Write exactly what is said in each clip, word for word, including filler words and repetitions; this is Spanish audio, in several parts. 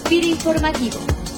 Feed Informativo.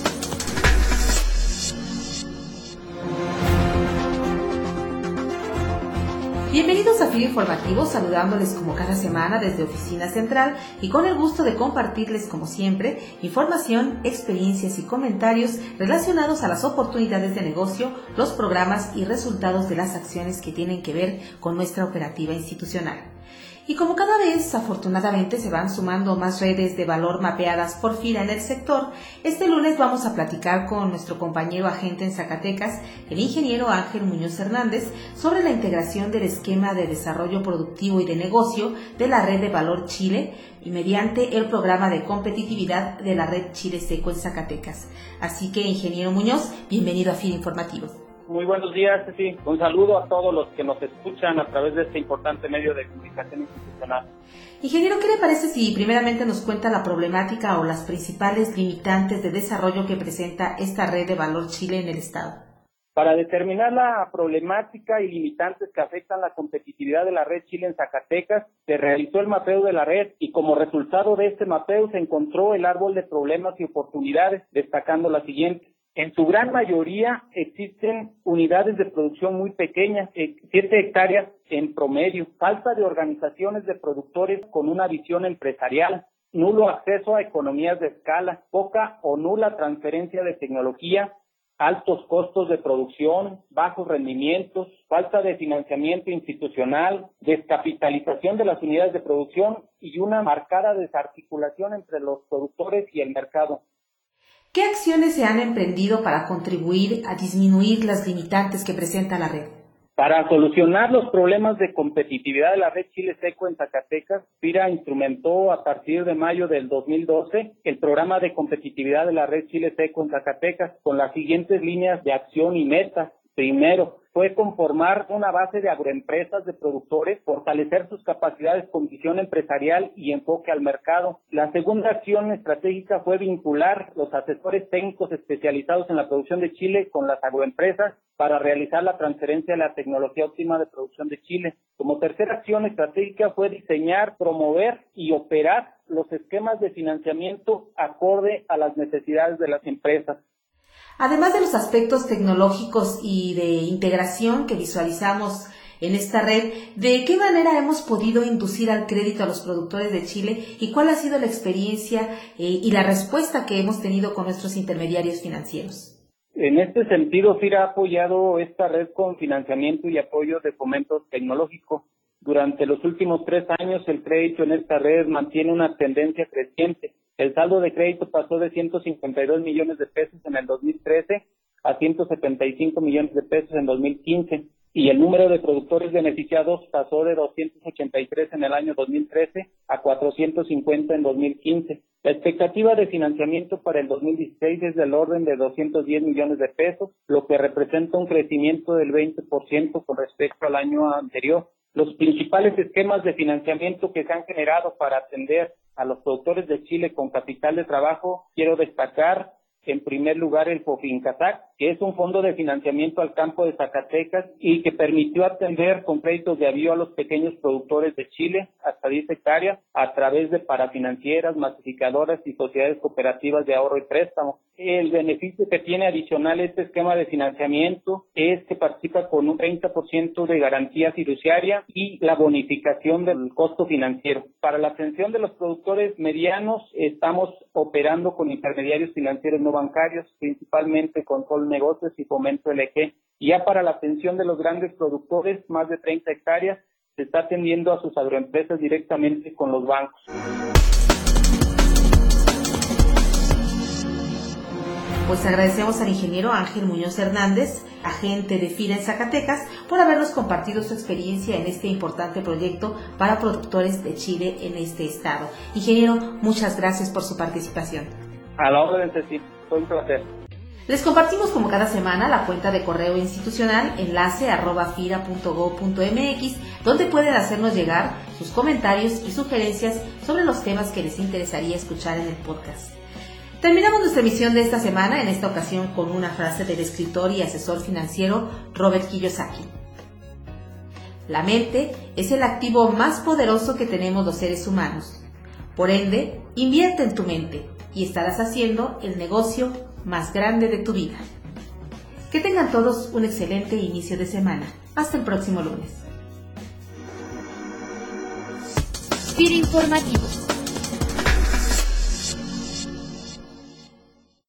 Bienvenidos a Feed Informativo, saludándoles como cada semana desde Oficina Central y con el gusto de compartirles, como siempre, información, experiencias y comentarios relacionados a las oportunidades de negocio, los programas y resultados de las acciones que tienen que ver con nuestra operativa institucional. Y como cada vez, afortunadamente, se van sumando más redes de valor mapeadas por FIRA en el sector, este lunes vamos a platicar con nuestro compañero agente en Zacatecas, el ingeniero Ángel Muñoz Hernández, sobre la integración del esquema de desarrollo productivo y de negocio de la Red de Valor Chile y mediante el programa de competitividad de la Red Chile Seco en Zacatecas. Así que, ingeniero Muñoz, bienvenido a FIRA Informativo. Muy buenos días, Ceci. Un saludo a todos los que nos escuchan a través de este importante medio de comunicación institucional. Ingeniero, ¿qué le parece si primeramente nos cuenta la problemática o las principales limitantes de desarrollo que presenta esta Red de Valor Chile en el Estado? Para determinar la problemática y limitantes que afectan la competitividad de la Red Chile en Zacatecas, se realizó el mapeo de la red y como resultado de este mapeo se encontró el árbol de problemas y oportunidades, destacando las siguientes. En su gran mayoría existen unidades de producción muy pequeñas, siete hectáreas en promedio, falta de organizaciones de productores con una visión empresarial, nulo acceso a economías de escala, poca o nula transferencia de tecnología, altos costos de producción, bajos rendimientos, falta de financiamiento institucional, descapitalización de las unidades de producción y una marcada desarticulación entre los productores y el mercado. ¿Qué acciones se han emprendido para contribuir a disminuir las limitantes que presenta la red? Para solucionar los problemas de competitividad de la Red Chile Seco en Zacatecas, FIRA instrumentó a partir de mayo del dos mil doce el programa de competitividad de la Red Chile Seco en Zacatecas con las siguientes líneas de acción y metas. Primero, fue conformar una base de agroempresas de productores, fortalecer sus capacidades con visión empresarial y enfoque al mercado. La segunda acción estratégica fue vincular los asesores técnicos especializados en la producción de chile con las agroempresas para realizar la transferencia de la tecnología óptima de producción de chile. Como tercera acción estratégica fue diseñar, promover y operar los esquemas de financiamiento acorde a las necesidades de las empresas. Además de los aspectos tecnológicos y de integración que visualizamos en esta red, ¿de qué manera hemos podido inducir al crédito a los productores de Chile y cuál ha sido la experiencia eh, y la respuesta que hemos tenido con nuestros intermediarios financieros? En este sentido, FIRA ha apoyado esta red con financiamiento y apoyo de fomento tecnológico. Durante los últimos tres años, el crédito en esta red mantiene una tendencia creciente. El saldo de crédito pasó de ciento cincuenta y dos millones de pesos en el dos mil trece a ciento setenta y cinco millones de pesos en dos mil quince y el número de productores beneficiados pasó de doscientos ochenta y tres en el año dos mil trece a cuatrocientos cincuenta en dos mil quince. La expectativa de financiamiento para el dos mil dieciséis es del orden de doscientos diez millones de pesos, lo que representa un crecimiento del veinte por ciento con respecto al año anterior. Los principales esquemas de financiamiento que se han generado para atender a los productores de Chile con capital de trabajo, quiero destacar en primer lugar el FOFINCASAC, que es un fondo de financiamiento al campo de Zacatecas y que permitió atender con créditos de avío a los pequeños productores de Chile hasta diez hectáreas a través de parafinancieras, masificadoras y sociedades cooperativas de ahorro y préstamo. El beneficio que tiene adicional este esquema de financiamiento es que participa con un treinta por ciento de garantía fiduciaria y la bonificación del costo financiero. Para la atención de los productores medianos estamos operando con intermediarios financieros no bancarios, principalmente con Sol Negocios y Fomento L G. Y ya para la atención de los grandes productores, más de treinta hectáreas, se está atendiendo a sus agroempresas directamente con los bancos. Pues agradecemos al ingeniero Ángel Muñoz Hernández, agente de FIRA en Zacatecas, por habernos compartido su experiencia en este importante proyecto para productores de chile en este estado. Ingeniero, muchas gracias por su participación. A la orden, Ceci. Fue un placer. Les compartimos como cada semana la cuenta de correo institucional enlace arroba fira punto gob punto mx, donde pueden hacernos llegar sus comentarios y sugerencias sobre los temas que les interesaría escuchar en el podcast. Terminamos nuestra emisión de esta semana, en esta ocasión con una frase del escritor y asesor financiero Robert Kiyosaki. La mente es el activo más poderoso que tenemos los seres humanos. Por ende, invierte en tu mente y estarás haciendo el negocio más grande de tu vida. Que tengan todos un excelente inicio de semana. Hasta el próximo lunes. F I R Informativo.